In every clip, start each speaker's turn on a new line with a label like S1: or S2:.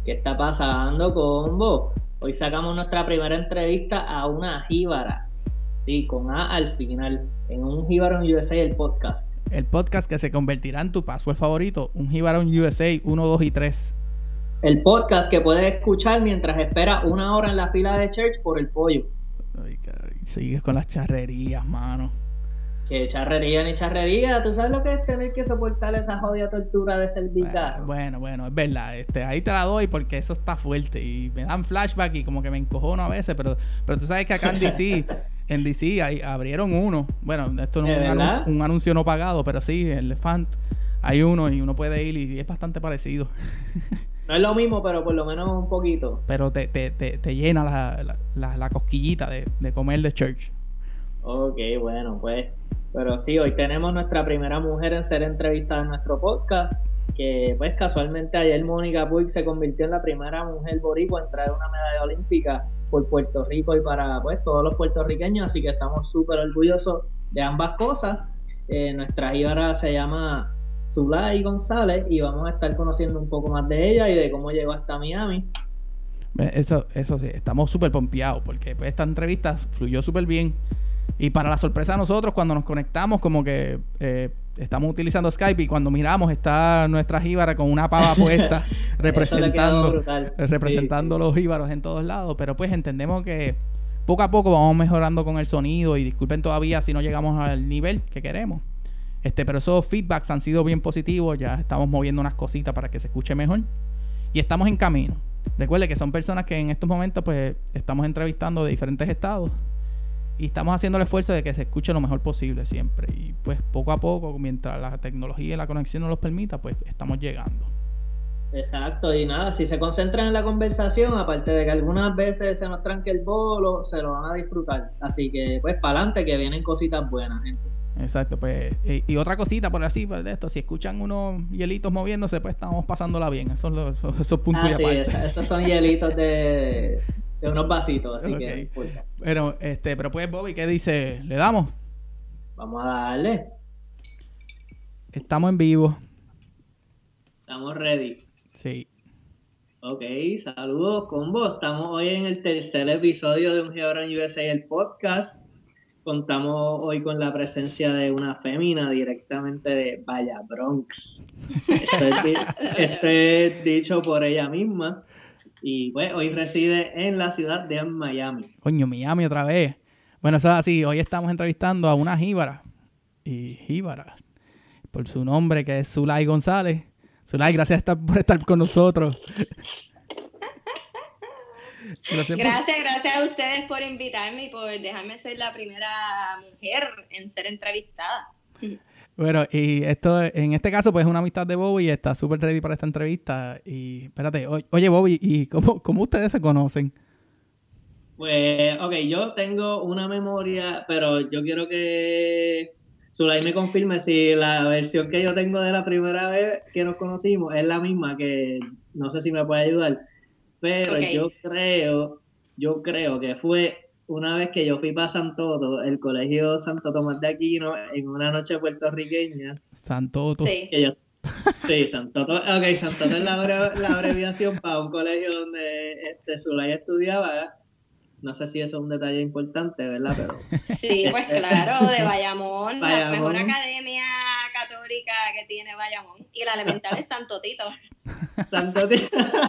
S1: ¿Qué está pasando, combo? Hoy sacamos nuestra primera entrevista a una jíbara. Sí, con A al final. En un Jíbaro en USA, el podcast.
S2: El podcast que se convertirá en tu password favorito. Un Jíbaro en USA 1, 2 y 3.
S1: El podcast que puedes escuchar mientras esperas 1 hora en la fila de church por el pollo.
S2: Ay, sigues con las charrerías, mano.
S1: Que charrería ni charrería. ¿Tú sabes lo que es tener que soportar esa jodida tortura de ser vicario?
S2: Bueno, es verdad. Ahí te la doy porque eso está fuerte. Y me dan flashback y como que me encojono a veces. Pero tú sabes que acá en DC abrieron uno. Bueno, esto no es un anuncio no pagado, pero sí, en Elefant hay uno y uno puede ir y es bastante parecido.
S1: No es lo mismo, pero por lo menos un poquito.
S2: Pero te llena la cosquillita de comer de church.
S1: Ok, bueno, pues. Pero sí, hoy tenemos nuestra primera mujer en ser entrevistada en nuestro podcast. Que pues casualmente ayer Mónica Puig se convirtió en la primera mujer boricua en traer una medalla olímpica por Puerto Rico y para pues todos los puertorriqueños. Así que estamos súper orgullosos de ambas cosas. Nuestra jíbara se llama Zulay González y vamos a estar conociendo un poco más de ella y de cómo llegó hasta Miami.
S2: Eso sí, estamos súper pompeados porque pues, esta entrevista fluyó súper bien. Y para la sorpresa de nosotros, cuando nos conectamos, como que estamos utilizando Skype y cuando miramos está nuestra jíbara con una pava puesta representando los jíbaros en todos lados. Pero pues entendemos que poco a poco vamos mejorando con el sonido y disculpen todavía si no llegamos al nivel que queremos. Pero esos feedbacks han sido bien positivos, ya estamos moviendo unas cositas para que se escuche mejor y estamos en camino. Recuerde que son personas que en estos momentos pues estamos entrevistando de diferentes estados y estamos haciendo el esfuerzo de que se escuche lo mejor posible siempre y pues poco a poco, mientras la tecnología y la conexión nos los permita, pues estamos llegando.
S1: Exacto, y nada, si se concentran en la conversación, aparte de que algunas veces se nos tranque el bolo, se lo van a disfrutar. Así que pues para adelante que vienen cositas buenas, gente.
S2: Exacto, pues y otra cosita por así, por esto, si escuchan unos hielitos moviéndose, pues estamos pasándola bien, esos puntos y aparte.
S1: Esos son hielitos de unos vasitos, así
S2: okay.
S1: Que pues.
S2: Pero pues Bobby, ¿qué dice? ¿Le damos?
S1: Vamos a darle.
S2: Estamos en vivo.
S1: Estamos ready.
S2: Sí.
S1: Ok, saludos, combo. Estamos hoy en el tercer episodio de Un Jíbaro en USA, el podcast. Contamos hoy con la presencia de una fémina directamente de Vaya Bronx. Esto es dicho por ella misma. Y pues hoy reside en la ciudad de Miami.
S2: Coño, Miami otra vez. Bueno, eso es así. Hoy estamos entrevistando a una jíbara. Y jíbara, por su nombre, que es Zulay González. Zulay, gracias por estar con nosotros.
S3: Gracias a ustedes por invitarme y por dejarme ser la primera mujer en ser entrevistada.
S2: Bueno, y esto en este caso pues es una amistad de Bobby y está súper ready para esta entrevista. Y espérate, oye Bobby, ¿y cómo ustedes se conocen?
S1: Pues, ok, yo tengo una memoria, pero yo quiero que Zulay me confirme si la versión que yo tengo de la primera vez que nos conocimos es la misma, que no sé si me puede ayudar. Pero okay. yo creo que fue una vez que yo fui para Santoto, el colegio Santo Tomás de Aquino, en una noche puertorriqueña.
S2: Santoto.
S1: Sí, Santoto. Ok, Santoto es la abreviación para un colegio donde Zulay estudiaba. No sé si eso es un detalle importante, ¿verdad? Pero
S3: sí, pues claro, de Bayamón, la mejor academia católica que tiene Bayamón. Y la elemental es Santo Tito.
S1: Santo Tito.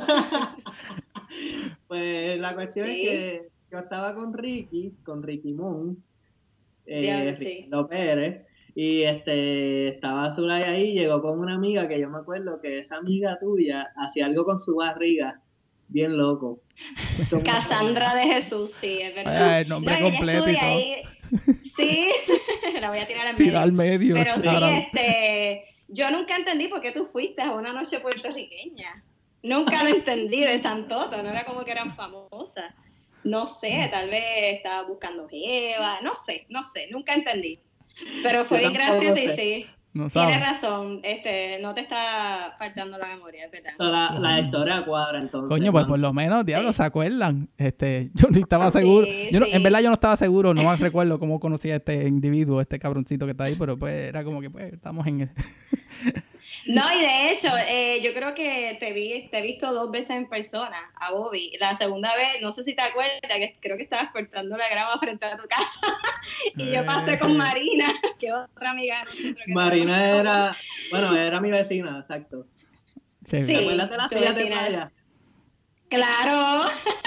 S1: Pues la cuestión es que yo estaba con Ricky Moon, Ricardo Pérez, y estaba Zulay ahí, llegó con una amiga que yo me acuerdo que esa amiga tuya hacía algo con su barriga, bien loco.
S3: Cassandra de Jesús, sí, es verdad.
S2: El nombre completo y todo.
S3: Ahí. Sí, la voy a tirar al medio.
S2: Tira al medio.
S3: Pero sí, yo nunca entendí por qué tú fuiste a una noche puertorriqueña. Nunca lo entendí de Santoto, no era como que eran famosas. No sé, tal vez estaba buscando jeva, no sé, nunca entendí. Pero fue bien gracioso y sí.
S2: No
S3: tienes razón, no te está faltando la memoria, es verdad.
S1: La historia cuadra entonces.
S2: Coño, pues por lo menos, diablo, ¿se acuerdan? Yo ni estaba seguro. En verdad yo no estaba seguro, no me recuerdo cómo conocía a este individuo, este cabroncito que está ahí, pero pues era como que pues estamos en...
S3: No, y de hecho, yo creo que te he visto 2 veces en persona, a Bobby. La segunda vez, no sé si te acuerdas, que creo que estabas cortando la grama frente a tu casa. Y yo pasé con Marina, que otra amiga de nosotros.
S1: Marina era mi vecina, exacto.
S2: Sí.
S1: ¿Te acuerdas de las sillas de playa?
S3: Claro.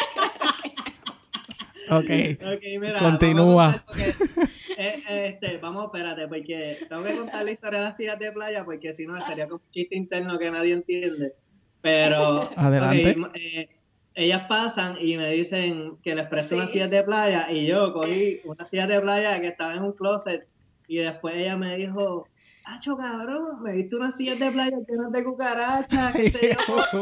S2: Ok,
S1: mira,
S2: continúa.
S1: Vamos, espérate, porque tengo que contar la historia de las sillas de playa, porque si no sería como un chiste interno que nadie entiende. Pero,
S2: adelante.
S1: Ellas pasan y me dicen que les presto unas sillas de playa, y yo cogí unas sillas de playa que estaba en un closet, y después ella me dijo, ¡acho, cabrón! Me diste unas sillas de playa llenas de cucarachas, qué sé yo.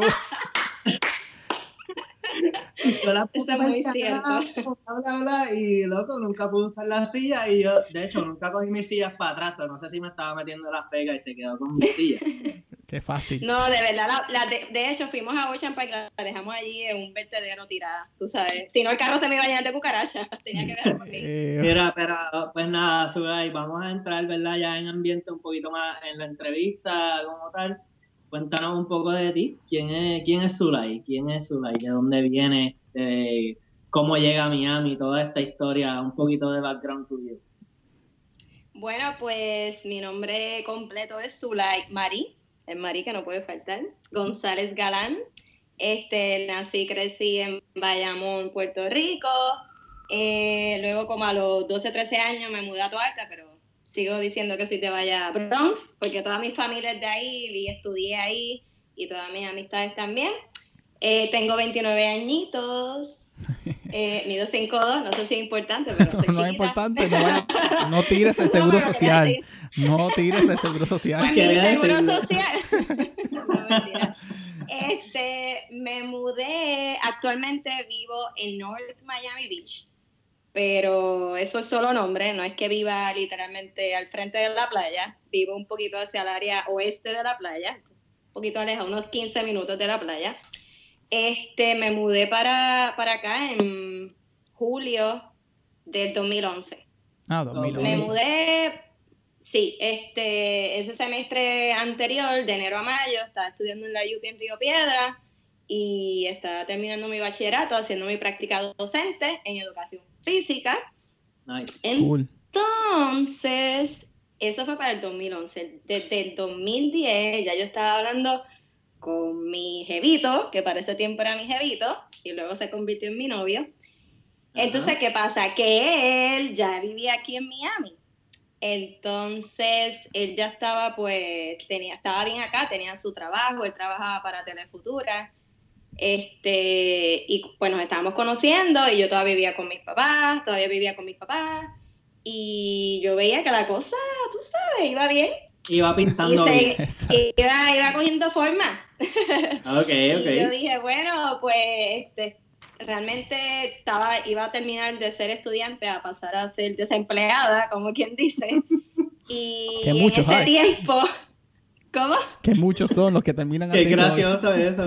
S1: Yo la puse
S3: Eso es muy cierto.
S1: bla, bla, y loco, nunca pude usar la silla, y yo, de hecho, nunca cogí mis sillas para atrás, o no sé si me estaba metiendo las pegas y se quedó con mi silla.
S2: Qué fácil.
S3: No, de verdad, de hecho, fuimos a Ocean Park, la dejamos allí en un vertedero tirada, tú sabes. Si no, el carro se me iba a llenar de cucarachas, tenía que dejarlo aquí.
S1: Mira, pero pues nada, Zulay, vamos a entrar, ¿verdad? Ya en ambiente un poquito más en la entrevista como tal. Cuéntanos un poco de ti. ¿Quién es Zulay? ¿Quién es Zulay? ¿De dónde viene? ¿Cómo llega a Miami? Toda esta historia, un poquito de background tuyo.
S3: Bueno, pues mi nombre completo es Zulay Mari, el Mari que no puede faltar, González Galán. Nací y crecí en Bayamón, Puerto Rico. Luego, como a los 12, 13 años, me mudé a Toalta, pero sigo diciendo que soy de Bronx, porque toda mi familia es de ahí y estudié ahí, y todas mis amistades también. Tengo 29 añitos. Mido 5'2", no sé si es importante, pero soy chiquita.
S2: No es importante, no tires el seguro social. No tires el seguro social.
S3: Pues el seguro social. No, mentira. Me mudé, actualmente vivo en North Miami Beach, pero eso es solo nombre, no es que viva literalmente al frente de la playa, vivo un poquito hacia el área oeste de la playa, un poquito alejado, unos 15 minutos de la playa. Me mudé para acá en julio del 2011.
S2: 2011.
S3: Me mudé, sí, ese semestre anterior, de enero a mayo, estaba estudiando en la UP en Río Piedra y estaba terminando mi bachillerato, haciendo mi práctica docente en educación física.
S1: Nice.
S3: Entonces, eso fue para el 2011. Desde el 2010 ya yo estaba hablando con mi jevito, que para ese tiempo era mi jevito, y luego se convirtió en mi novio. Entonces, ¿qué pasa? Que él ya vivía aquí en Miami. Entonces, él ya estaba, pues, estaba bien acá, tenía su trabajo, él trabajaba para Telefutura. Y pues nos estábamos conociendo, y yo todavía vivía con mis papás, y yo veía que la cosa, tú sabes, iba bien.
S1: Iba pintando bien.
S3: Iba cogiendo forma.
S1: Okay.
S3: Y yo dije, bueno, pues realmente iba a terminar de ser estudiante a pasar a ser desempleada, como quien dice. Y en ese tiempo... ¿Cómo?
S2: Que muchos son los que terminan así.
S1: Qué gracioso eso.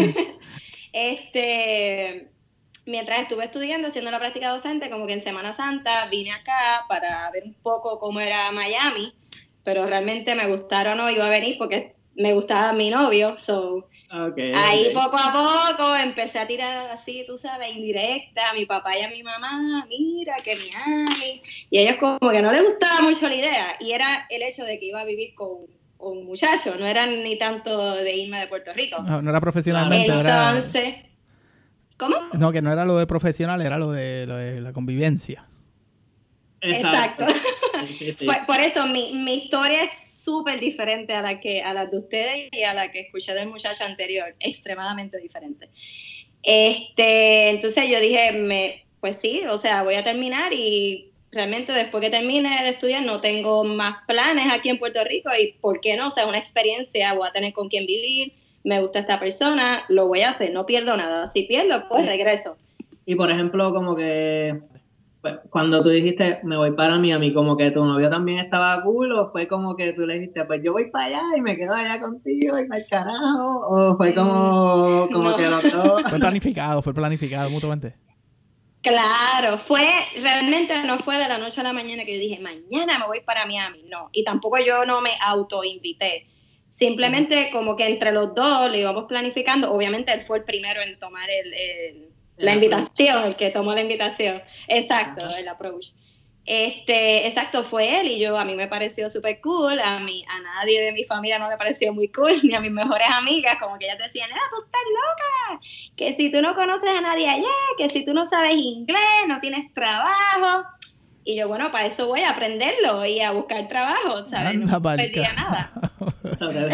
S3: Mientras estuve estudiando, haciendo la práctica docente, como que en Semana Santa vine acá para ver un poco cómo era Miami, pero realmente me gustara o no iba a venir porque me gustaba mi novio, ahí poco a poco empecé a tirar así, tú sabes, indirecta a mi papá y a mi mamá, mira que Miami, y a ellos como que no les gustaba mucho la idea, y era el hecho de que iba a vivir con un muchacho, no era ni tanto de irme de Puerto Rico.
S2: No era profesionalmente.
S3: Entonces, ¿cómo?
S2: No, que no era lo de profesional, era lo de la convivencia.
S3: Exacto. Sí. Por eso mi historia es súper diferente a la de ustedes y a la que escuché del muchacho anterior, extremadamente diferente. Entonces yo dije, pues sí, o sea, voy a terminar, y realmente después que termine de estudiar no tengo más planes aquí en Puerto Rico, y ¿por qué no? O sea, una experiencia, voy a tener con quién vivir, me gusta esta persona, lo voy a hacer, no pierdo nada. Si pierdo, pues regreso.
S1: Y por ejemplo, como que cuando tú dijiste, me voy para Miami, como que tu novio también estaba cool, o fue como que tú le dijiste, pues yo voy para allá y me quedo allá contigo y para el carajo, o fue como no. Que los dos...
S2: Fue planificado mutuamente.
S3: Claro, realmente no fue de la noche a la mañana que yo dije, mañana me voy para Miami, no, y tampoco yo no me autoinvité, Simplemente como que entre los dos le íbamos planificando. Obviamente él fue el primero en tomar la invitación, el que tomó la invitación. Exacto, el approach. Exacto, fue él y a mí me pareció súper cool, a nadie de mi familia no le pareció muy cool, ni a mis mejores amigas, como que ellas decían, tú estás loca, que si tú no conoces a nadie allá, que si tú no sabes inglés, no tienes trabajo. Y yo, bueno, para eso voy a aprenderlo y a buscar trabajo, ¿sabes? No perdía nada.
S1: O sea,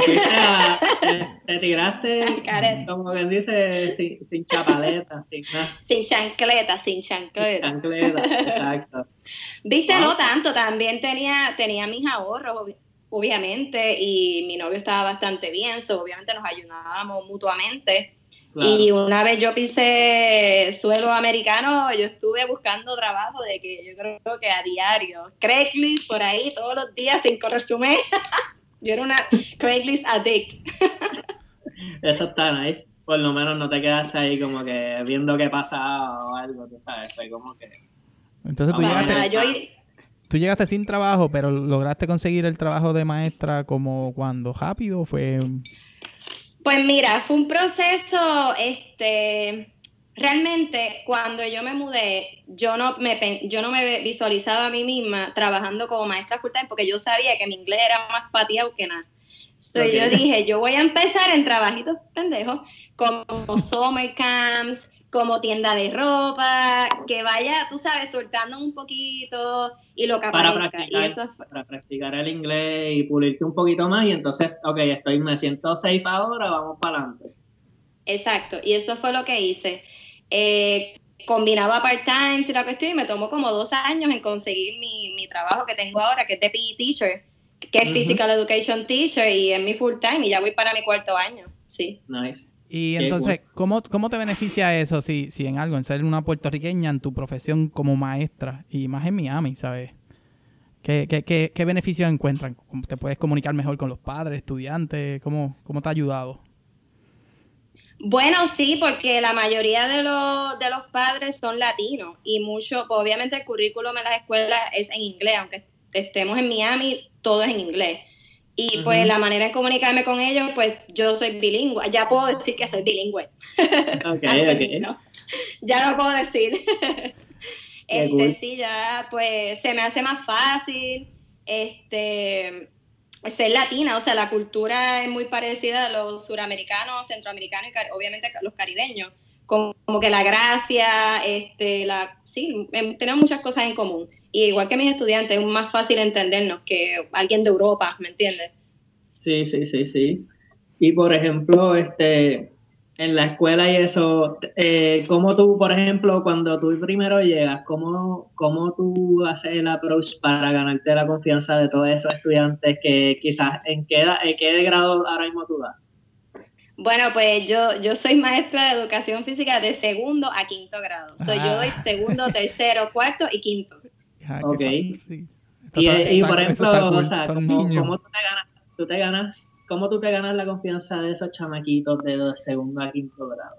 S1: te tiraste, como quien dice, sin chapaleta, sin nada.
S3: Sin chancleta. Sin
S1: chancleta, exacto.
S3: Viste, no tanto, también tenía mis ahorros, obviamente, y mi novio estaba bastante bien, obviamente nos ayudábamos mutuamente. Claro. Y una vez yo pisé suelo americano, yo estuve buscando trabajo de que yo creo que a diario, Craigslist por ahí todos los días, 5 resúmenes. Yo era una Craigslist addict.
S1: Eso está nice. Por lo menos no te quedaste ahí como que viendo qué pasaba o algo, tú sabes, fue como que...
S2: Entonces tú llegaste sin trabajo, pero lograste conseguir el trabajo de maestra como cuando rápido fue...
S3: Pues mira, fue un proceso, realmente cuando yo me mudé, yo no me visualizaba a mí misma trabajando como maestra full time porque yo sabía que mi inglés era más pateado que nada. Okay. Yo dije, yo voy a empezar en trabajitos pendejos, como summer camps, como tienda de ropa, que vaya, tú sabes, soltando un poquito y lo que aparezca.
S1: Para practicar el inglés y pulirte un poquito más y entonces, me siento safe ahora, vamos para adelante.
S3: Exacto, y eso fue lo que hice. Combinaba part-time y la cuestión y me tomó como 2 años en conseguir mi trabajo que tengo ahora, que es de PE Teacher, que es Physical Education Teacher y es mi full-time y ya voy para mi 4º año, sí.
S1: Nice.
S2: Y entonces, ¿cómo te beneficia eso si en algo, en ser una puertorriqueña en tu profesión como maestra y más en Miami, ¿sabes? ¿Qué beneficios encuentran? ¿Te puedes comunicar mejor con los padres, estudiantes? ¿Cómo te ha ayudado?
S3: Bueno, sí, porque la mayoría de los padres son latinos y mucho, pues obviamente el currículum en las escuelas es en inglés, aunque estemos en Miami, todo es en inglés. Y pues la manera de comunicarme con ellos, pues yo soy bilingüe. Ya puedo decir que soy bilingüe.
S1: Okay.
S3: No, ya lo puedo decir.
S1: Cool.
S3: Sí, ya pues se me hace más fácil. Ser latina, o sea, la cultura es muy parecida a los suramericanos, centroamericanos y obviamente los caribeños. Como que la gracia, sí, tenemos muchas cosas en común. Y igual que mis estudiantes, es más fácil entendernos que alguien de Europa, ¿me entiendes?
S1: Sí. Y por ejemplo, en la escuela y eso, ¿cómo tú, por ejemplo, cuando tú primero llegas, cómo tú haces el approach para ganarte la confianza de todos esos estudiantes que quizás, ¿en qué grado ahora mismo tú das?
S3: Bueno, pues yo soy maestra de educación física de 2º a 5º grado. Yo doy 2º, 3º, 4º y 5º.
S1: Ok.
S2: Sí.
S1: Y por ejemplo,
S2: cool.
S1: O sea, ¿cómo tú te ganas la confianza de esos chamaquitos de 2º a 5º grado?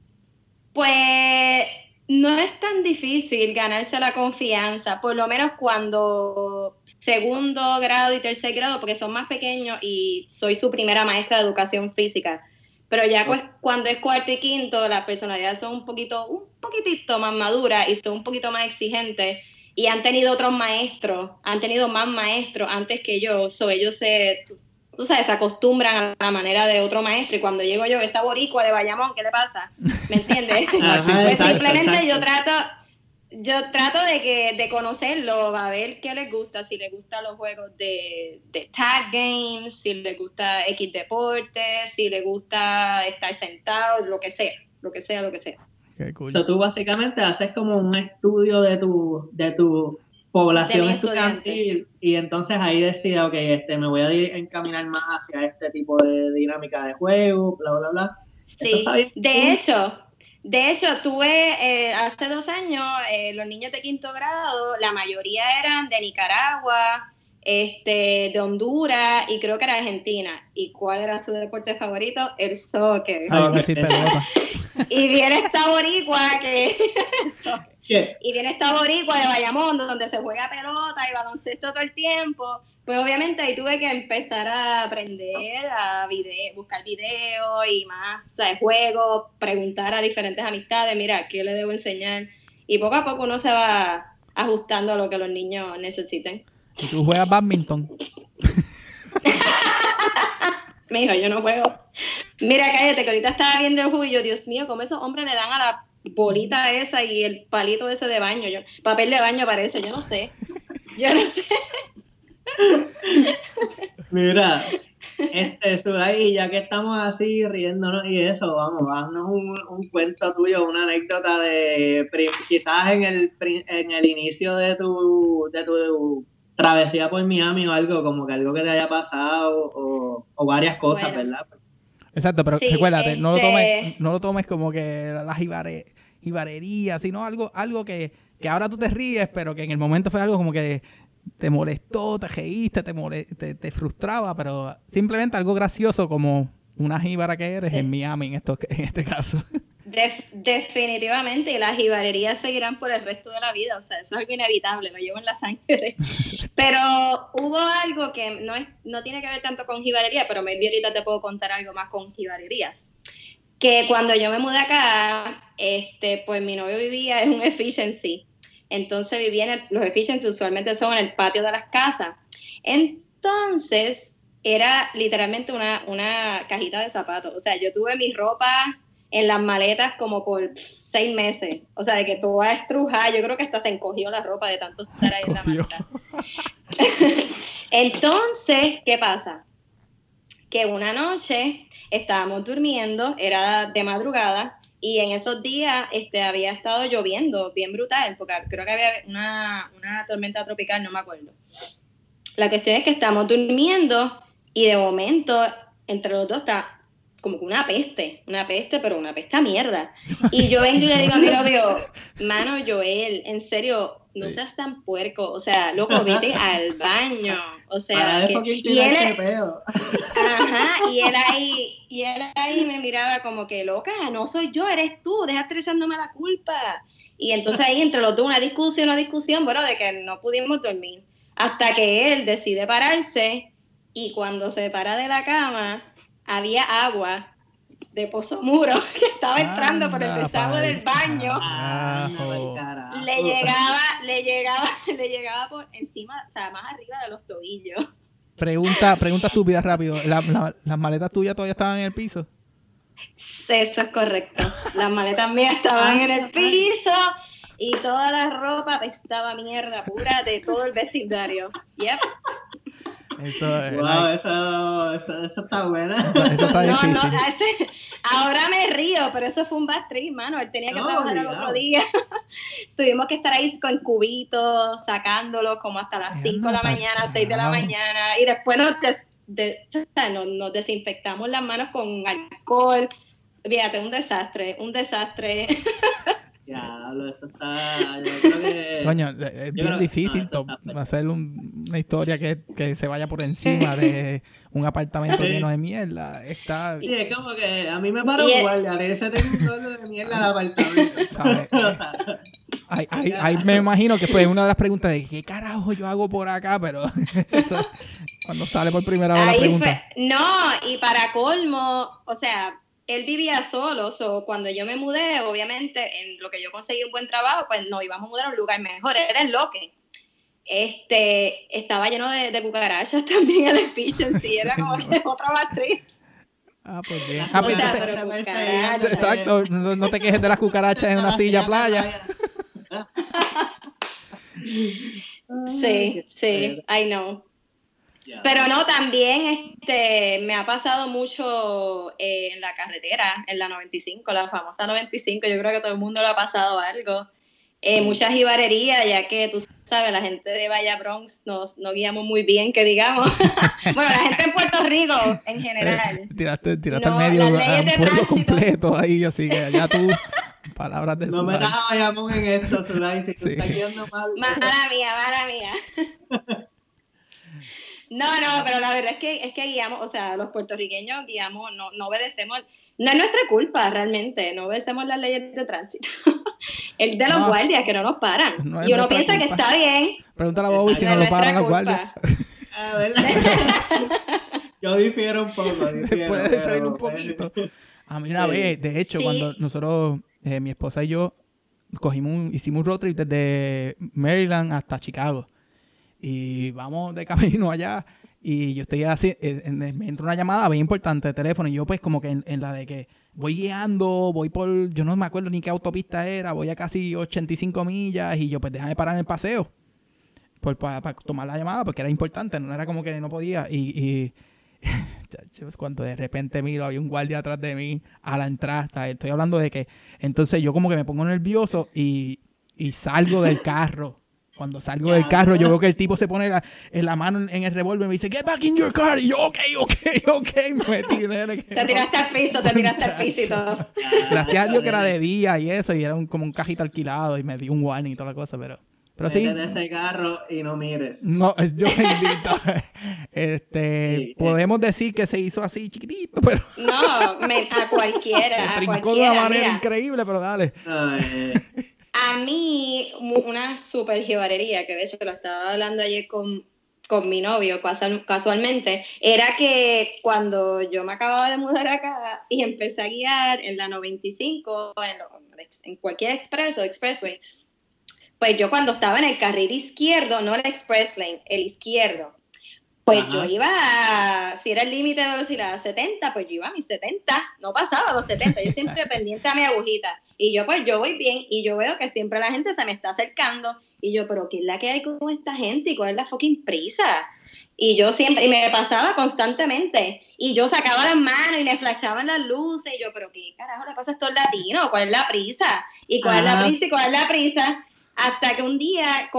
S3: Pues no es tan difícil ganarse la confianza, por lo menos cuando 2º grado y 3º grado, porque son más pequeños y soy su primera maestra de educación física. Pero ya pues, cuando es 4º y 5º, las personalidades son un poquitito más maduras y son un poquito más exigentes y han tenido más maestros antes que yo, ellos tú sabes, se acostumbran a la manera de otro maestro y cuando llego yo, esta boricua de Bayamón, ¿qué le pasa? ¿Me entiendes? Pues simplemente exacto. Yo trato de conocerlo, a ver qué les gusta, si les gustan los juegos de tag games, si les gusta X deporte, si les gusta estar sentado, lo que sea.
S2: Qué cool.
S1: So, tú básicamente haces como un estudio de tu población estudiantil y entonces ahí decides, me voy a encaminar más hacia este tipo de dinámica de juego, bla, bla, bla.
S3: Sí, de hecho, tuve hace 2 años, los niños de 5º grado, la mayoría eran de Nicaragua, de Honduras y creo que era Argentina. ¿Y cuál era su deporte favorito? El soccer.
S2: Sí, pelota.
S3: Y viene esta boricua y viene esta boricua de Bayamón, donde se juega pelota y baloncesto todo el tiempo. Pues obviamente ahí tuve que empezar a aprender a buscar videos y más, o sea, juegos, preguntar a diferentes amistades, mira, ¿qué le debo enseñar? Y poco a poco uno se va ajustando a lo que los niños necesiten.
S2: ¿Y tú juegas badminton?
S3: Mijo, yo no juego. Mira, cállate, que ahorita estaba viendo el juego y yo, Dios mío, cómo esos hombres le dan a la bolita esa y el palito ese de baño. Papel de baño parece, yo no sé.
S1: Mira, Zulay, ya que estamos así riéndonos y eso, vamos, haznos un cuento tuyo, una anécdota de quizás en el inicio de tu travesía por Miami o algo, como que algo que te haya pasado o varias cosas, bueno. ¿Verdad?
S2: Exacto, pero sí, recuérdate, no lo tomes como que la jibarería, sino algo que ahora tú te ríes, pero que en el momento fue algo como que te molestó, te reíste, te frustraba, pero simplemente algo gracioso como una jíbara que eres en Miami en este caso.
S3: Definitivamente, y las jibarerías seguirán por el resto de la vida, o sea, eso es algo inevitable, lo llevo en la sangre. Pero hubo algo que no tiene que ver tanto con jibarería, pero maybe ahorita te puedo contar algo más con jibarerías. Que cuando yo me mudé acá, pues mi novio vivía en un Efficiency. Entonces los Efficiency usualmente son en el patio de las casas. Entonces era literalmente una cajita de zapatos. O sea, yo tuve mi ropa en las maletas como por 6 meses. O sea, de que toda estrujada. Yo creo que hasta se encogió la ropa de tanto estar ahí en la maleta. Entonces, ¿qué pasa? Que una noche estábamos durmiendo, era de madrugada, y en esos días había estado lloviendo bien brutal, porque creo que había una tormenta tropical, no me acuerdo. La cuestión es que estamos durmiendo y de momento entre los dos está como que una peste, pero una peste a mierda. Y yo vengo y le digo a mi novio, mano, Joel, en serio, no seas tan puerco, o sea, loco, vete al baño, o sea, y él ahí me miraba como que, loca, no soy yo, eres tú, deja de estar echándome la culpa. Y entonces ahí entre los dos una discusión, bueno, de que no pudimos dormir, hasta que él decide pararse, y cuando se para de la cama, había agua de Pozo Muro que estaba entrando por el desagüe del baño. Le llegaba por encima, o sea, más arriba de los tobillos.
S2: Pregunta estúpida rápido. ¿Las maletas tuyas todavía estaban en el piso?
S3: Eso es correcto. Las maletas mías estaban en el piso y toda la ropa apestaba mierda pura de todo el vecindario. Yep.
S2: Eso
S1: está buena.
S2: Eso está difícil.
S3: Ahora me río, pero eso fue un bad trip, mano. Él tenía que trabajar el otro día. Tuvimos que estar ahí con cubitos, sacándolo como hasta las 5 de la mañana, 6 de la mañana. Y después nos desinfectamos las manos con alcohol. Fíjate, un desastre.
S1: Diablo, eso está... Yo creo que...
S2: Coño, es bien difícil hacer una historia que se vaya por encima de un apartamento lleno de mierda.
S1: Sí, es como que a mí me paró igual, ese tengo un solo de mierda de apartamento. ¿Sabes?
S2: Ahí me imagino que fue una de las preguntas de ¿qué carajo yo hago por acá? Pero eso, cuando sale por primera vez la pregunta.
S3: Y para colmo, o sea... Él vivía solo, cuando yo me mudé, obviamente, en lo que yo conseguí un buen trabajo, pues nos íbamos a mudar a un lugar mejor. Era el Loque. Estaba lleno de cucarachas también el Efficiency, era como que otra matriz.
S2: Pues bien. Pues entonces, exacto, no te quejes de las cucarachas en una silla playa.
S3: Sí, I know. Pero no, también me ha pasado mucho en la carretera, en la 95, la famosa 95, yo creo que todo el mundo lo ha pasado algo. Muchas jibarerías, ya que tú sabes, la gente de Bahía Bronx no guiamos muy bien, que digamos. Bueno, la gente en Puerto Rico, en general.
S2: Tiraste al medio un pueblo completo ahí, así que allá tú... Palabras de
S1: no me das a Bayamón en esto, Zulay, si tú estás guiando mal.
S3: Mala mía. No, pero la verdad es que guiamos, o sea, los puertorriqueños guiamos, no obedecemos, no es nuestra culpa realmente, no obedecemos las leyes de tránsito. El de los guardias que no nos paran. Y uno piensa culpa. Que está bien.
S2: Pregúntale a Bobby si no lo paran los guardias.
S1: A ver. Yo difiero un poco.
S2: Puede diferir un poquito. A mí una vez, de hecho, cuando nosotros, mi esposa y yo, hicimos un road trip desde Maryland hasta Chicago. Y vamos de camino allá. Y yo estoy así, me entra una llamada bien importante de teléfono. Y yo pues como que en la de que voy guiando, yo no me acuerdo ni qué autopista era, voy a casi 85 millas. Y yo pues déjame parar en el paseo. Para tomar la llamada, porque era importante, no era como que no podía. Y cuando de repente miro, había un guardia atrás de mí a la entrada, ¿sabes? Estoy hablando de que entonces yo como que me pongo nervioso y salgo del carro. Cuando salgo del carro, yo veo que el tipo se pone la mano en el revólver y me dice, "Get back in your car." Y yo, ok. Me metí,
S3: te tiraste al piso y todo.
S2: Gracias a Dios que era de día y eso, y era como un cajito alquilado y me dio un warning y toda la cosa, pero sí.
S1: Vete de ese carro y no mires.
S2: No, es yo bendito. Podemos decir que se hizo así chiquitito, pero
S3: no, a cualquiera.
S2: Se trincó de una manera increíble, pero dale.
S3: A mí, una super jibarería, que de hecho lo estaba hablando ayer con mi novio casualmente, era que cuando yo me acababa de mudar acá y empecé a guiar en la 95, en cualquier expressway, pues yo cuando estaba en el carril izquierdo, no el express lane, el izquierdo, pues yo iba, si era el límite de velocidad a 70, pues yo iba a mis 70, no pasaba los 70, yo siempre pendiente a mi agujita. Y yo voy bien, y yo veo que siempre la gente se me está acercando, y yo, pero ¿qué es la que hay con esta gente? ¿Y cuál es la fucking prisa? Y yo siempre, y me pasaba constantemente, y yo sacaba las manos y me flashaban las luces, y yo, pero ¿qué carajo le pasa a estos latinos? ¿Cuál es la prisa? ¿Y cuál es la prisa? ¿Y cuál es la prisa? Hasta que un día,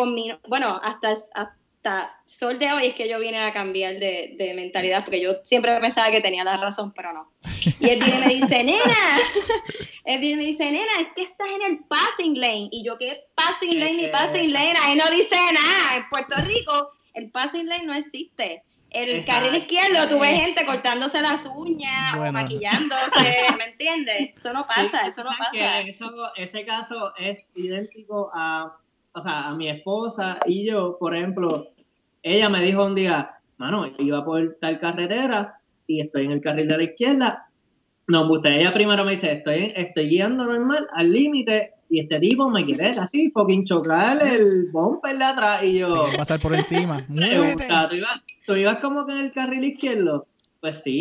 S3: hasta sol de hoy es que yo vine a cambiar de mentalidad, porque yo siempre pensaba que tenía la razón, pero no. Y él viene y me dice, nena, es que estás en el passing lane. Y yo, ¿qué passing lane ni passing lane? Ahí no dice nada. En Puerto Rico, el passing lane no existe. El carril izquierdo, tú ves gente cortándose las uñas o maquillándose, ¿me entiendes? Eso no pasa, eso no pasa.
S1: Ese caso es idéntico a mi esposa y yo, por ejemplo, ella me dijo un día, mano, iba por tal carretera y estoy en el carril de la izquierda. No, ella primero me dice, estoy guiando normal, al límite, y este tipo me quiere así, fucking chocar el bumper de atrás, y yo...
S2: pasar por encima.
S1: ¿Tú ibas como que en el carril izquierdo? Pues sí,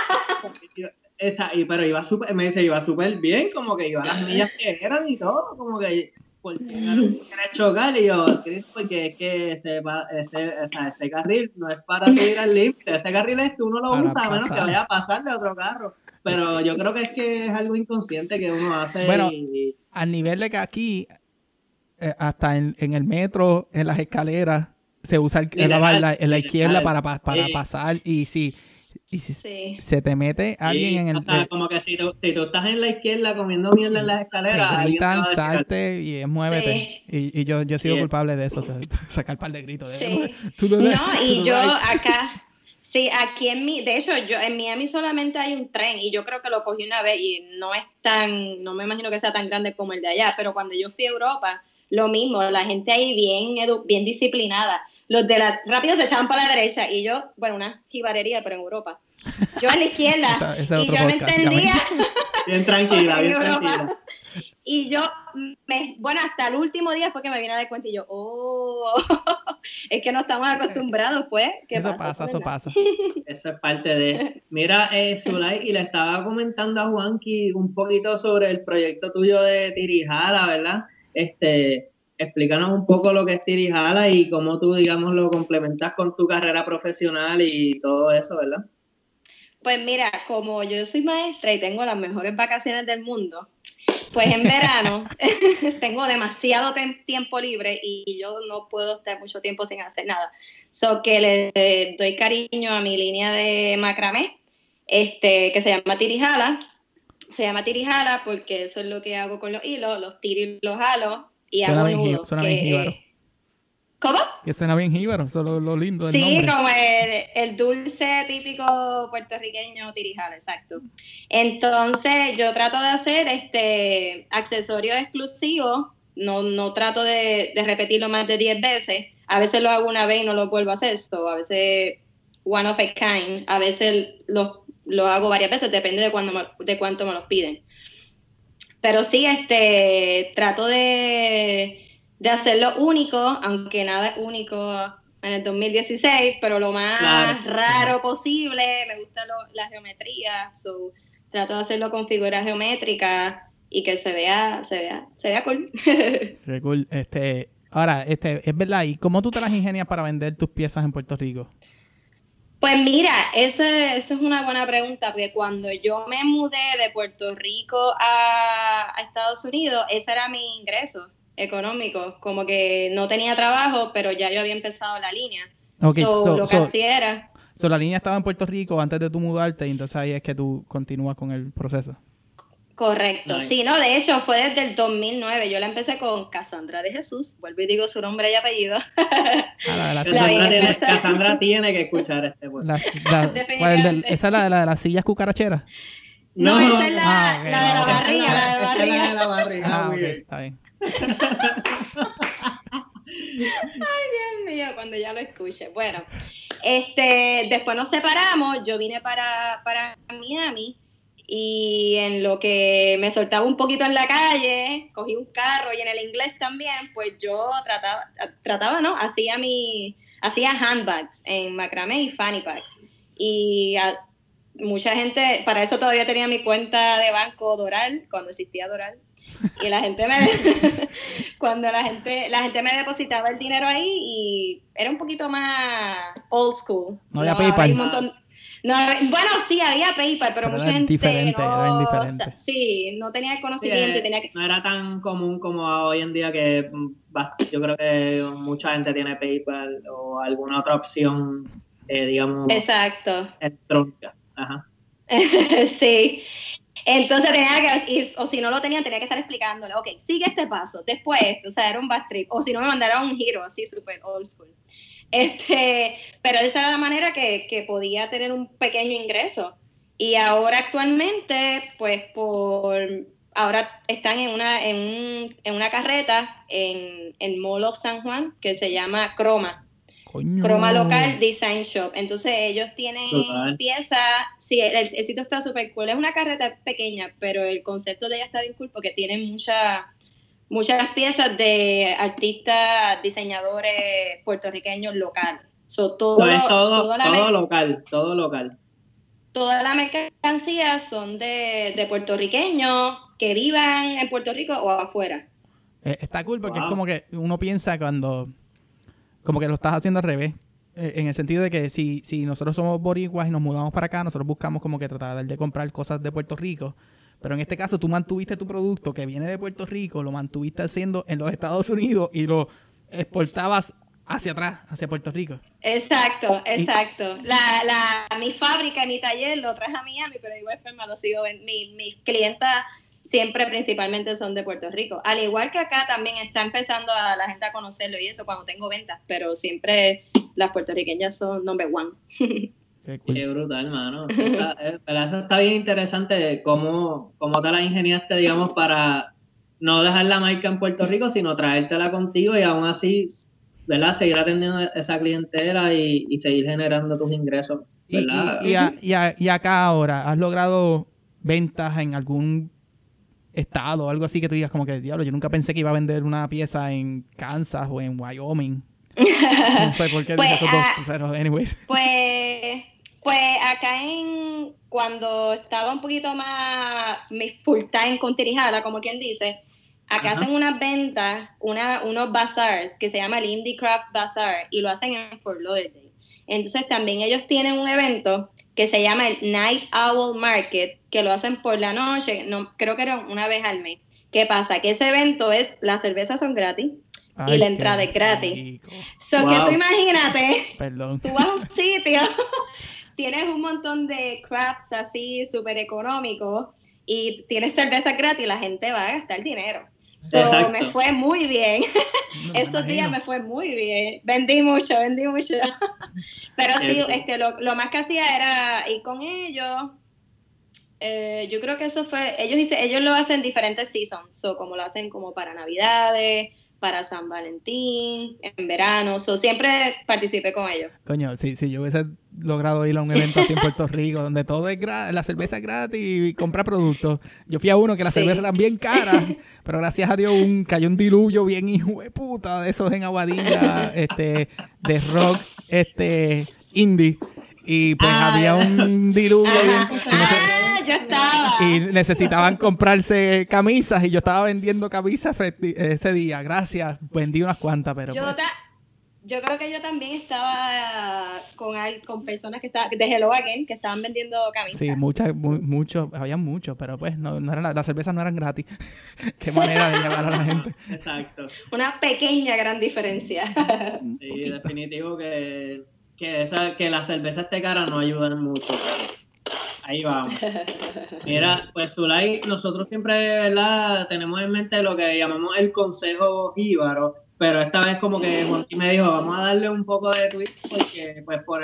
S1: pero iba súper, me dice, iba súper bien, como que iba a las millas que eran y todo, como que... Porque no quieres chocar, y yo, porque es que ese carril no es para subir al límite, ese carril es que uno lo usa a menos que vaya a pasar de otro carro. Pero yo creo que es algo inconsciente que uno hace.
S2: Bueno, al nivel de que aquí, hasta en el metro, en las escaleras, se usa en la izquierda para pasar. Y si se te mete alguien en el...
S1: O sea, como que si tú estás en la izquierda comiendo mierda en las escaleras...
S2: Gritan, salte y muévete. Sí. Y yo he sido culpable de eso, de sacar un par de gritos.
S3: Yo acá... Sí, aquí de hecho, en Miami solamente hay un tren y yo creo que lo cogí una vez y no me imagino que sea tan grande como el de allá, pero cuando yo fui a Europa, lo mismo, la gente ahí bien disciplinada. Los de rápido se echaban para la derecha y yo, una jibarería, pero en Europa. Yo a la izquierda y yo no entendía.
S1: Bien tranquila.
S3: Y yo, hasta el último día fue que me vine a dar cuenta y yo, es que no estamos acostumbrados, pues.
S2: Eso pasa.
S1: Eso es parte de... Mira, Zulay, y le estaba comentando a Juanqui un poquito sobre el proyecto tuyo de Tirijala, ¿verdad? Explícanos un poco lo que es Tirijala y cómo tú, digamos, lo complementas con tu carrera profesional y todo eso, ¿verdad?
S3: Pues mira, como yo soy maestra y tengo las mejores vacaciones del mundo, pues en verano tengo demasiado tiempo libre y yo no puedo estar mucho tiempo sin hacer nada. So que le doy cariño a mi línea de macramé, que se llama Tirijala. Se llama Tirijala porque eso es lo que hago con los hilos, los tiro y los jalo y
S2: suena
S3: hago nudos.
S2: Suena bien jíbaro.
S3: ¿Cómo?
S2: Que suena bien jíbaro, eso es lo lindo del nombre.
S3: Sí, como el dulce típico puertorriqueño Tirijala, exacto. Entonces, yo trato de hacer accesorios exclusivos, no trato de repetirlo más de 10 veces, A veces lo hago una vez y no lo vuelvo a hacer, a veces one of a kind, a veces lo hago varias veces, depende de cuánto me los piden. Pero sí, trato de hacerlo único, aunque nada es único en el 2016, pero lo más raro posible. Me gusta la geometría, trato de hacerlo con figuras geométricas y que se vea cool.
S2: Qué cool. Ahora, es verdad, ¿y cómo tú te las ingenias para vender tus piezas en Puerto Rico?
S3: Pues mira, esa es una buena pregunta, porque cuando yo me mudé de Puerto Rico a Estados Unidos, ese era mi ingreso económico, como que no tenía trabajo, pero ya yo había empezado la línea.
S2: Okay,
S3: lo que hacía era...
S2: la línea estaba en Puerto Rico antes de tú mudarte, y entonces ahí es que tú continúas con el proceso.
S3: Correcto, nice. Sí, no, de hecho fue desde el 2009, yo la empecé con Cassandra de Jesús, vuelvo y digo su nombre y apellido.
S1: Cassandra tiene que escuchar este podcast.
S2: ¿Esa es la de las sillas cucaracheras?
S3: No, esa es la de la barriga,
S1: la de la barriga.
S2: Ok, está bien.
S3: Ay, Dios mío, cuando ya lo escuche. Bueno, después nos separamos, yo vine para Miami. Y en lo que me soltaba un poquito en la calle, cogí un carro y en el inglés también, pues yo hacía handbags en macramé y fanny packs. Y mucha gente, para eso todavía tenía mi cuenta de banco Doral, cuando existía Doral. Y la gente cuando la gente me depositaba el dinero ahí y era un poquito más old school.
S2: No había PayPal.
S3: No, bueno, sí, había PayPal, pero mucha gente
S2: era indiferente.
S3: Sí, no tenía el conocimiento.
S1: Sí, no era tan común como hoy en día, que yo creo que mucha gente tiene PayPal o alguna otra opción, digamos,
S3: exacto,
S1: electrónica. Ajá.
S3: Sí. Entonces o si no lo tenían, tenía que estar explicándole, ok, sigue este paso, después esto, o sea, era un bad trip, o si no me mandaron un giro así súper old school. Pero esa era la manera que podía tener un pequeño ingreso. Y ahora actualmente, pues ahora están en una carreta en Mall of San Juan que se llama Croma.
S2: Coño.
S3: Croma Local Design Shop. Entonces ellos tienen piezas, sí, el sitio está súper cool. Es una carreta pequeña, pero el concepto de ella está bien cool porque tienen muchas piezas de artistas, diseñadores puertorriqueños locales. Todo
S1: local.
S3: Toda la mercancía son de puertorriqueños que vivan en Puerto Rico o afuera.
S2: Está cool porque es como que uno piensa como que lo estás haciendo al revés. En el sentido de que si nosotros somos boricuas y nos mudamos para acá, nosotros buscamos como que tratar de comprar cosas de Puerto Rico. Pero en este caso tú mantuviste tu producto que viene de Puerto Rico, lo mantuviste haciendo en los Estados Unidos y lo exportabas hacia atrás, hacia Puerto Rico.
S3: Exacto. Mi fábrica y mi taller lo traje a Miami, pero de igual forma lo sigo vendiendo. Mis clientas siempre principalmente son de Puerto Rico. Al igual que acá también está empezando a la gente a conocerlo y eso cuando tengo ventas, pero siempre las puertorriqueñas son number one.
S1: Qué brutal, hermano. Pero eso está bien interesante, cómo te la ingeniaste, digamos, para no dejar la marca en Puerto Rico, sino traértela contigo y aún así, ¿verdad?, seguir atendiendo esa clientela y seguir generando tus ingresos, ¿verdad?
S2: Y acá ahora, ¿has logrado ventas en algún estado o algo así que tú digas como que, diablo, yo nunca pensé que iba a vender una pieza en Kansas o en Wyoming? No sé por qué dije esos dos, pero anyways.
S3: Pues acá cuando estaba un poquito más full time con Tirijala, como quien dice, acá hacen unas ventas, unos bazaars que se llama el Indie Craft Bazaar y lo hacen en Fort Lauderdale. Entonces también ellos tienen un evento que se llama el Night Owl Market, que lo hacen por la noche, no, creo que era una vez al mes. ¿Qué pasa? Que ese evento las cervezas son gratis. Y la entrada es gratis. Que tú imagínate, tú vas a un sitio, tienes un montón de crafts así súper económicos y tienes cerveza gratis y la gente va a gastar dinero. Me fue muy bien. Estos días me fue muy bien. Vendí mucho. Pero sí, lo más que hacía era ir con ellos. Yo creo que eso fue, ellos lo hacen diferentes seasons, como lo hacen como para Navidades, para San Valentín, en verano, siempre participé con ellos.
S2: Coño, si yo hubiese logrado ir a un evento así en Puerto Rico, donde todo es gratis, la cerveza es gratis y comprar productos. Yo fui a uno que las cervezas eran bien caras, pero gracias a Dios cayó un diluvio bien hijo de puta de esos en Aguadilla, de rock, indie. Y pues había un diluvio bien...
S3: Yo estaba.
S2: Y necesitaban comprarse camisas y yo estaba vendiendo camisas ese día. Gracias, vendí unas cuantas, pero...
S3: Yo creo que yo también estaba con personas que estaban de Hello Again que estaban vendiendo camisas.
S2: Sí, había muchos, pero pues no eran las cervezas no eran gratis. Qué manera de llevar a la gente.
S1: Exacto.
S3: Una pequeña gran diferencia.
S1: Sí, definitivo que la cerveza esté cara no ayudan mucho. Ahí vamos. Mira, pues Zulay, nosotros siempre, ¿verdad? Tenemos en mente lo que llamamos el consejo jíbaro, pero esta vez como que Juanqui me dijo, vamos a darle un poco de twist porque pues por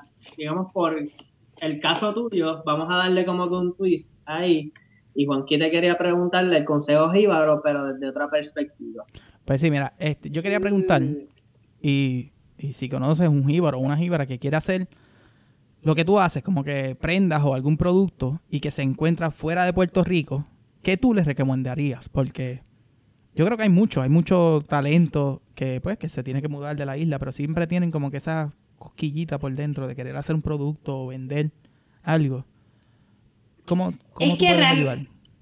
S1: el caso tuyo, vamos a darle como que un twist ahí. Y Juanqui te quería preguntarle el consejo jíbaro, pero desde otra perspectiva.
S2: Pues sí, mira, yo quería preguntar, y si conoces un jíbaro o una jíbara que quiere hacer lo que tú haces, como que prendas o algún producto y que se encuentra fuera de Puerto Rico, ¿qué tú les recomendarías? Porque yo creo que hay mucho talento que pues que se tiene que mudar de la isla, pero siempre tienen como que esa cosquillita por dentro de querer hacer un producto o vender algo. ¿Cómo tú puedes ayudar?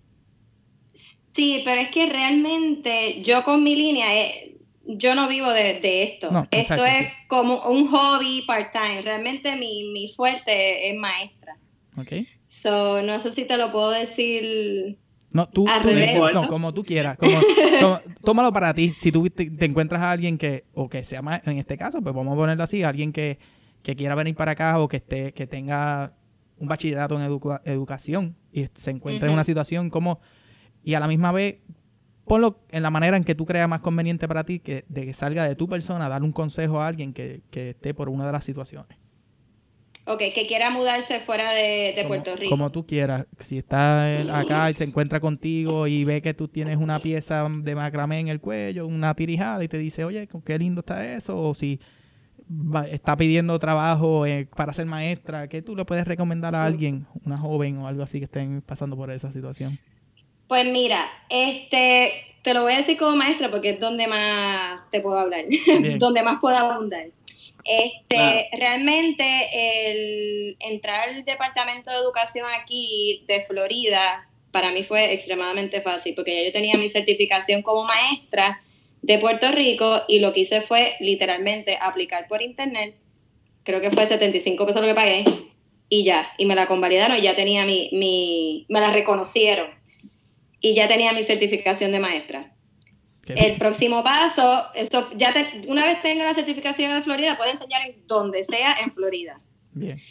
S3: Sí, pero es que realmente yo con mi línea... yo no vivo de esto.
S2: No, exacto,
S3: esto es como un hobby part-time. Realmente mi fuerte es maestra.
S2: Ok.
S3: So, no sé si te lo puedo decir...
S2: No, como tú quieras. Tómalo para ti. Si tú te encuentras a alguien que sea más, en este caso, pues vamos a ponerlo así, alguien que quiera venir para acá o que tenga un bachillerato en educación y se encuentra en una situación como... Y a la misma vez... Ponlo en la manera en que tú creas más conveniente para ti, de que salga de tu persona, darle un consejo a alguien que esté por una de las situaciones.
S3: Ok, que quiera mudarse fuera de Puerto Rico.
S2: Como tú quieras. Si está acá y se encuentra contigo y ve que tú tienes una pieza de macramé en el cuello, una tirijada, y te dice, oye, qué lindo está eso. O si está pidiendo trabajo para ser maestra, ¿qué tú le puedes recomendar a alguien, una joven o algo así que estén pasando por esa situación?
S3: Pues mira, te lo voy a decir como maestra porque es donde más te puedo hablar, donde más puedo abundar. Claro. Realmente el entrar al Departamento de Educación aquí de Florida para mí fue extremadamente fácil porque ya yo tenía mi certificación como maestra de Puerto Rico y lo que hice fue literalmente aplicar por internet, creo que fue $75 lo que pagué y me la convalidaron y ya tenía me la reconocieron. Y ya tenía mi certificación de maestra. El próximo paso, una vez tenga la certificación de Florida, puedo enseñar en donde sea en Florida.
S2: Bien.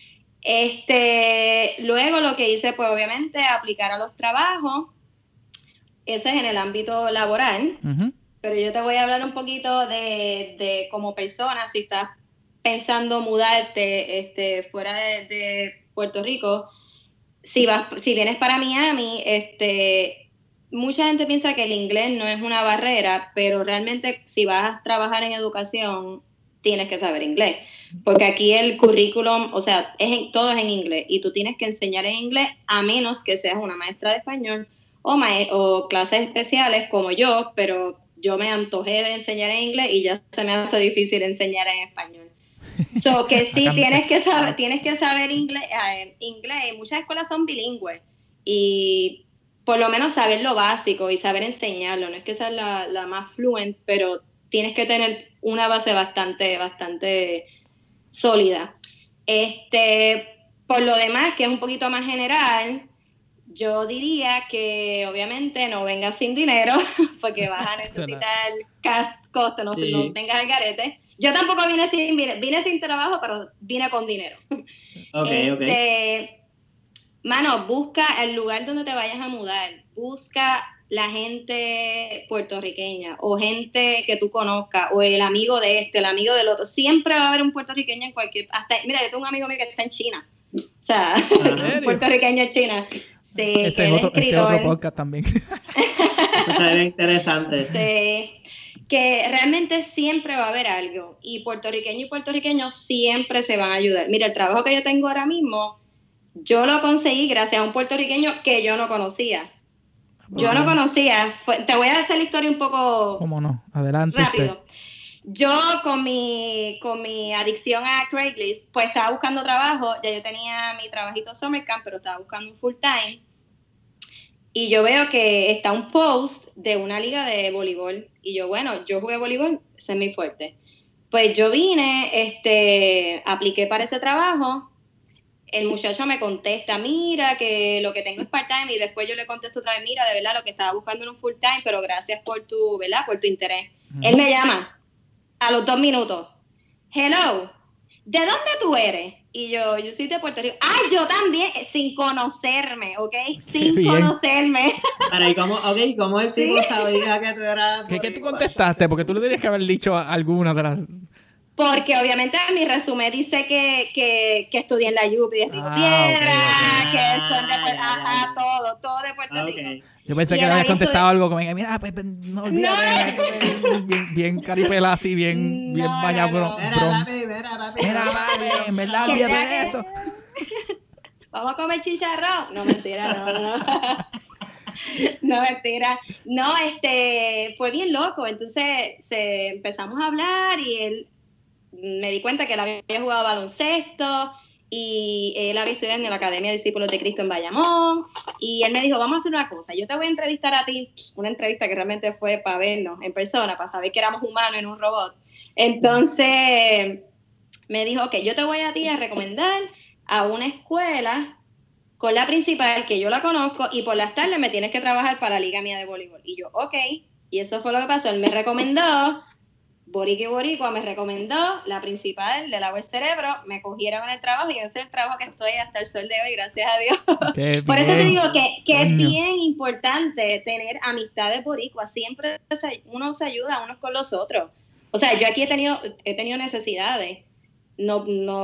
S3: Luego lo que hice, pues obviamente, aplicar a los trabajos. Ese es en el ámbito laboral. Uh-huh. Pero yo te voy a hablar un poquito de como persona, si estás pensando mudarte fuera de Puerto Rico, si vienes para Miami, mucha gente piensa que el inglés no es una barrera, pero realmente si vas a trabajar en educación, tienes que saber inglés. Porque aquí el currículum, o sea, todo es en inglés y tú tienes que enseñar en inglés a menos que seas una maestra de español o clases especiales como yo, pero yo me antojé de enseñar en inglés y ya se me hace difícil enseñar en español. So que sí, tienes que saber inglés. Muchas escuelas son bilingües y por lo menos saber lo básico y saber enseñarlo. No es que sea la más fluent, pero tienes que tener una base bastante sólida. Por lo demás, que es un poquito más general, yo diría que obviamente no vengas sin dinero, porque vas a necesitar costo, no tengas el garete. Yo tampoco vine sin trabajo, pero vine con dinero.
S1: Okay.
S3: Mano, busca el lugar donde te vayas a mudar, busca la gente puertorriqueña o gente que tú conozcas o el amigo de el amigo del otro. Siempre va a haber un puertorriqueño en mira, yo tengo un amigo mío que está en China. O sea, un puertorriqueño en China. Sí,
S2: ese es otro podcast también.
S1: Eso está bien interesante.
S3: Sí. que realmente siempre va a haber algo y puertorriqueños siempre se van a ayudar. Mira, el trabajo que yo tengo ahora mismo, yo lo conseguí gracias a un puertorriqueño que yo no conocía. Yo no conocía. Te voy a hacer la historia un poco
S2: ¿Cómo no? Adelante
S3: rápido.
S2: usted.
S3: Yo con mi adicción a Craigslist, pues estaba buscando trabajo. Ya yo tenía mi trabajito summer camp, pero estaba buscando un full time. Y yo veo que está un post de una liga de voleibol. Y yo, bueno, yo jugué voleibol, ese es mi fuerte. Pues yo vine, apliqué para ese trabajo. El muchacho me contesta, mira, que lo que tengo es part-time. Y después yo le contesto otra vez, mira, de verdad, lo que estaba buscando era un full-time, pero gracias por tu, ¿verdad? Por tu interés. Él me llama a los 2 minutos. Hello, ¿de dónde tú eres? Y yo soy de Puerto Rico. ¡Ay, yo también! Sin conocerme, ¿ok? Sin conocerme.
S1: Pero, ¿cómo el tipo sabía que tú eras?
S2: ¿Qué tú contestaste? Porque tú le tenías que haber dicho alguna de las...
S3: Porque obviamente mi resumen dice que estudié en la UP de Río Piedra, que son de todo de Puerto Rico.
S2: Yo pensé que le habías contestado algo como, mira, pues no olvides, bien caripela así, bien bañado. Mira, papi, en verdad, olvídate de eso.
S3: Vamos a comer chicharrón. No, mentira, no. No, mentira. No, fue bien loco. Entonces empezamos a hablar y él me di cuenta que él había jugado baloncesto y él había estudiado en la Academia de Discípulos de Cristo en Bayamón y él me dijo, vamos a hacer una cosa, yo te voy a entrevistar a ti, una entrevista que realmente fue para vernos en persona, para saber que éramos humanos en un robot. Entonces me dijo, ok, yo te voy a ti a recomendar a una escuela con la principal, que yo la conozco, y por las tardes me tienes que trabajar para la liga mía de voleibol. Y yo, ok, y eso fue lo que pasó, él me recomendó, Boricua me recomendó, la principal de Lavo el Cerebro, me cogieron en el trabajo y ese es el trabajo que estoy hasta el sol de hoy, gracias a Dios. Por eso te digo que es bien importante tener amistades boricuas, siempre uno se ayuda unos con los otros. O sea, yo aquí he tenido necesidades, no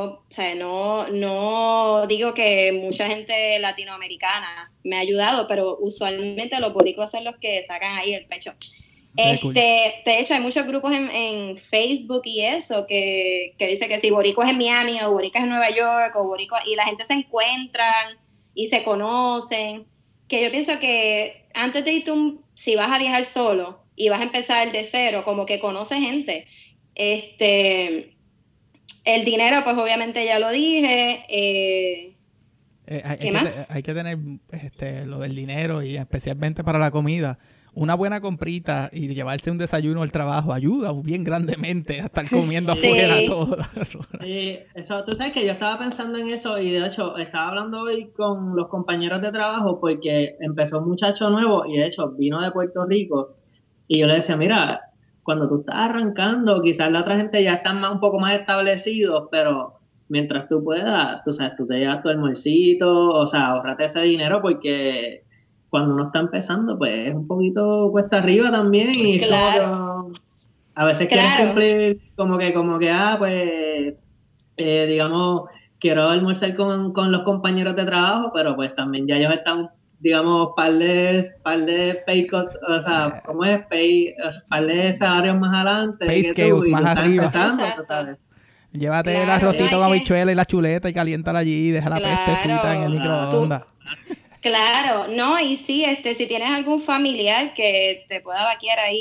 S3: digo que mucha gente latinoamericana me ha ayudado, pero usualmente los boricuas son los que sacan ahí el pecho.
S2: Cool.
S3: De hecho, hay muchos grupos en Facebook y eso que dice que si Boricua es en Miami o Boricua es en Nueva York o Boricua, y la gente se encuentran y se conocen, que yo pienso que antes de irte si vas a viajar solo y vas a empezar de cero, como que conoces gente. El dinero, pues obviamente ya lo dije.
S2: Hay que tener lo del dinero y especialmente para la comida. Una buena comprita y llevarse un desayuno al trabajo ayuda bien grandemente a estar comiendo afuera todas las horas.
S1: Sí, eso, tú sabes que yo estaba pensando en eso y de hecho estaba hablando hoy con los compañeros de trabajo porque empezó un muchacho nuevo y de hecho vino de Puerto Rico y yo le decía, mira, cuando tú estás arrancando, quizás la otra gente ya están un poco más establecidos, pero mientras tú puedas, tú sabes, tú te llevas tu almuercito, o sea, ahorrate ese dinero porque cuando uno está empezando, pues es un poquito cuesta arriba también y
S3: claro.
S1: A veces quieres cumplir como que pues, digamos, quiero almorzar con los compañeros de trabajo, pero pues también ya ellos están, digamos, par de pay cut, o sea, ¿cómo es? Par de salarios más adelante.
S2: Pay scales más arriba.
S1: ¿Sabes?
S2: Llévate el arrocito con habichuela y la chuleta y caliéntala allí y deja la pestecita en el microondas.
S3: Claro, no, y sí, si tienes algún familiar que te pueda vaquear ahí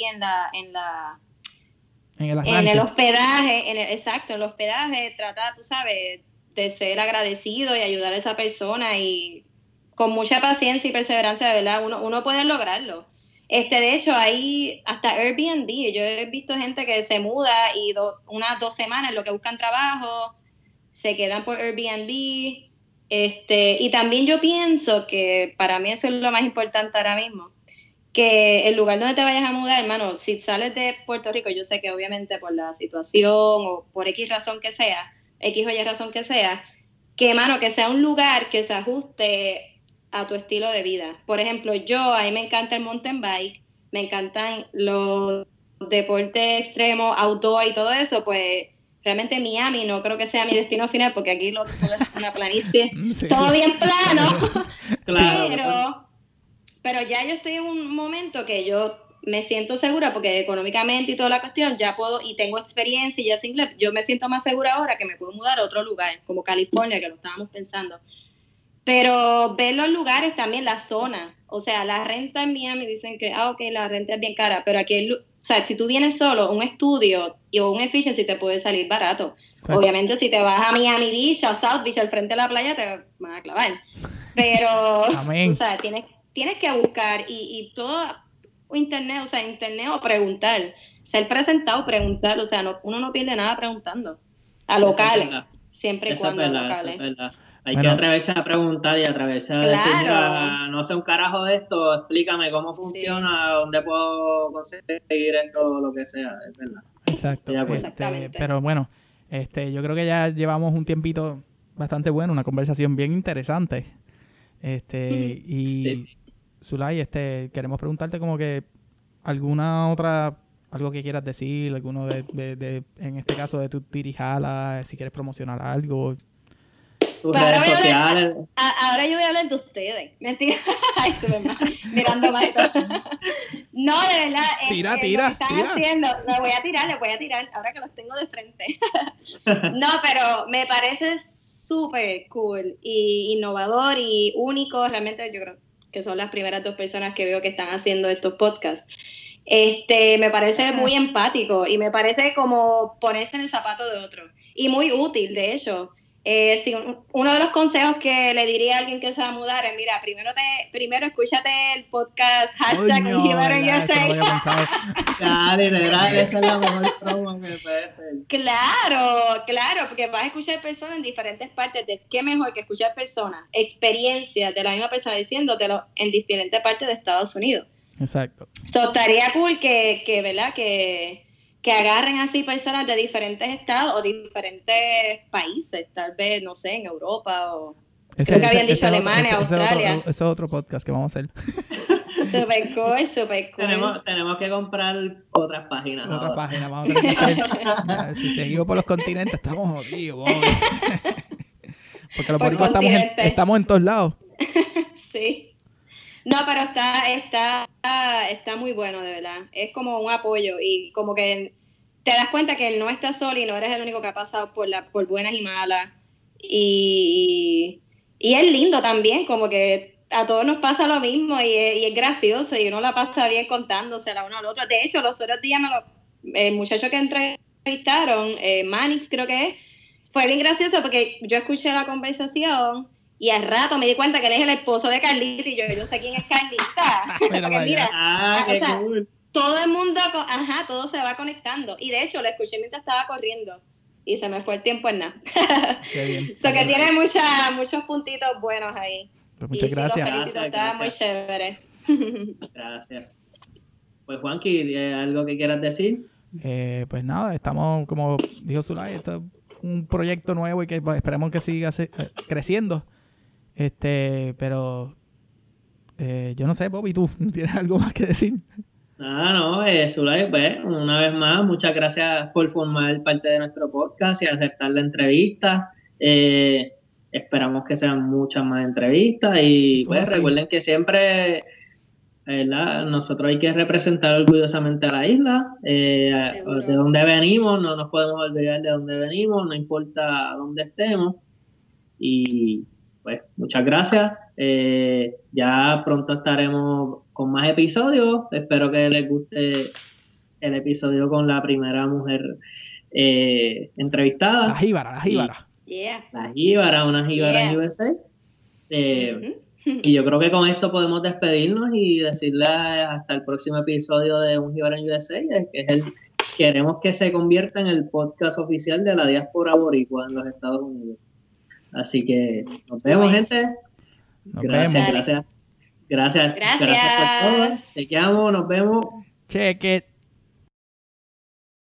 S3: en el hospedaje, en el hospedaje, trata, tú sabes, de ser agradecido y ayudar a esa persona y con mucha paciencia y perseverancia, de verdad, uno puede lograrlo. De hecho, hay hasta Airbnb, yo he visto gente que se muda y unas 2 semanas en lo que buscan trabajo, se quedan por Airbnb. Y también yo pienso que para mí eso es lo más importante ahora mismo, que el lugar donde te vayas a mudar, hermano, si sales de Puerto Rico, yo sé que obviamente por la situación o por X razón que sea, X o Y razón que sea, que, hermano, que sea un lugar que se ajuste a tu estilo de vida. Por ejemplo, a mí me encanta el mountain bike, me encantan los deportes extremos, outdoor y todo eso, pues realmente Miami no creo que sea mi destino final porque aquí todo es una planicie, sí. Todo bien plano. Claro. Pero ya yo estoy en un momento que yo me siento segura porque económicamente y toda la cuestión ya puedo, y tengo experiencia y ya sé inglés, yo me siento más segura ahora que me puedo mudar a otro lugar, como California, que lo estábamos pensando. Pero ver los lugares también, la zona, o sea, la renta en Miami dicen que, ok, la renta es bien cara, pero aquí, o sea, si tú vienes solo, un estudio o un efficiency te puede salir barato. Claro. Obviamente si te vas a Miami Beach o South Beach al frente de la playa te van a clavar. Pero, o sea, tienes que buscar y todo internet, o sea, internet o preguntar, ser presentado, preguntar, o sea, uno no pierde nada preguntando. A locales, siempre y cuando a locales.
S1: Hay que atreverse a preguntar y atreverse a decir, mira, no sé un carajo de esto, explícame cómo funciona, dónde puedo conseguir esto, lo que sea, es verdad.
S2: Exacto. Pero bueno, yo creo que ya llevamos un tiempito bastante bueno, una conversación bien interesante. Y Zulay, queremos preguntarte como que alguna otra, algo que quieras decir, alguno de en este caso de tu tirijala, si quieres promocionar algo.
S3: Redes sociales. Ahora yo voy a hablar de ustedes. Mentira. Ay, mirando más y todo. No, de verdad.
S2: Tira.
S3: Haciendo, les voy a tirar, ahora que los tengo de frente. No, pero me parece súper cool y innovador y único. Realmente yo creo que son las primeras 2 personas que veo que están haciendo estos podcasts. Me parece muy empático y me parece como ponerse en el zapato de otro. Y muy útil, de hecho. Sí, uno de los consejos que le diría a alguien que se va a mudar es, mira, primero escúchate el podcast #UnHuberonUSA.
S1: Ya, literal, esa es la mejor promo que puede ser.
S3: Claro, porque vas a escuchar personas en diferentes partes. De qué mejor que escuchar personas, experiencias de la misma persona diciéndotelo en diferentes partes de Estados Unidos.
S2: Exacto.
S3: Estaría cool que ¿verdad? Que agarren así personas de diferentes estados o diferentes países, tal vez, no sé, en Europa o creo que habían dicho Alemania, Australia.
S2: Ese es otro podcast que vamos a hacer.
S3: Super cool.
S1: Tenemos que comprar otras páginas.
S2: Otras páginas, vamos a tener que hacer. Si seguimos por los continentes, estamos jodidos. Porque los boricuas estamos en todos lados.
S3: Sí. No, pero está muy bueno, de verdad. Es como un apoyo y como que te das cuenta que no estás solo y no eres el único que ha pasado por buenas y malas. Y es lindo también, como que a todos nos pasa lo mismo y es gracioso y uno la pasa bien contándosela uno al otro. De hecho, los otros días el muchacho que entrevistaron, Manix creo que es, fue bien gracioso porque yo escuché la conversación y al rato me di cuenta que él es el esposo de Carlita y yo sé quién es Carlita. Porque mira,
S1: qué cool.
S3: Todo el mundo, todo se va conectando. Y de hecho lo escuché mientras estaba corriendo y se me fue el tiempo en nada.
S2: Qué bien.
S3: Que tiene muchos puntitos buenos ahí.
S2: Pues muchas gracias.
S3: Los felicito, estaba muy chévere.
S1: Gracias. Pues Juanqui, ¿algo que quieras decir?
S2: Pues nada, estamos, como dijo Zulay, esto es un proyecto nuevo y que esperemos que siga creciendo. Pero yo no sé, Bobby, ¿tú tienes algo más que decir?
S1: Zulay, pues, una vez más, muchas gracias por formar parte de nuestro podcast y aceptar la entrevista. Esperamos que sean muchas más entrevistas y pues recuerden que siempre, ¿verdad? Nosotros hay que representar orgullosamente a la isla, de donde venimos, no nos podemos olvidar de dónde venimos, no importa dónde estemos. Y pues muchas gracias. Ya pronto estaremos con más episodios. Espero que les guste el episodio con la primera mujer entrevistada.
S2: La jíbara.
S1: La jíbara, una jíbara en USA. Y yo creo que con esto podemos despedirnos y decirle hasta el próximo episodio de Un Jíbara en USA, que queremos que se convierta en el podcast oficial de la diáspora boricua en los Estados Unidos. Así que nos vemos, gente. Gracias por todo. Te amo, nos vemos.
S2: Cheque.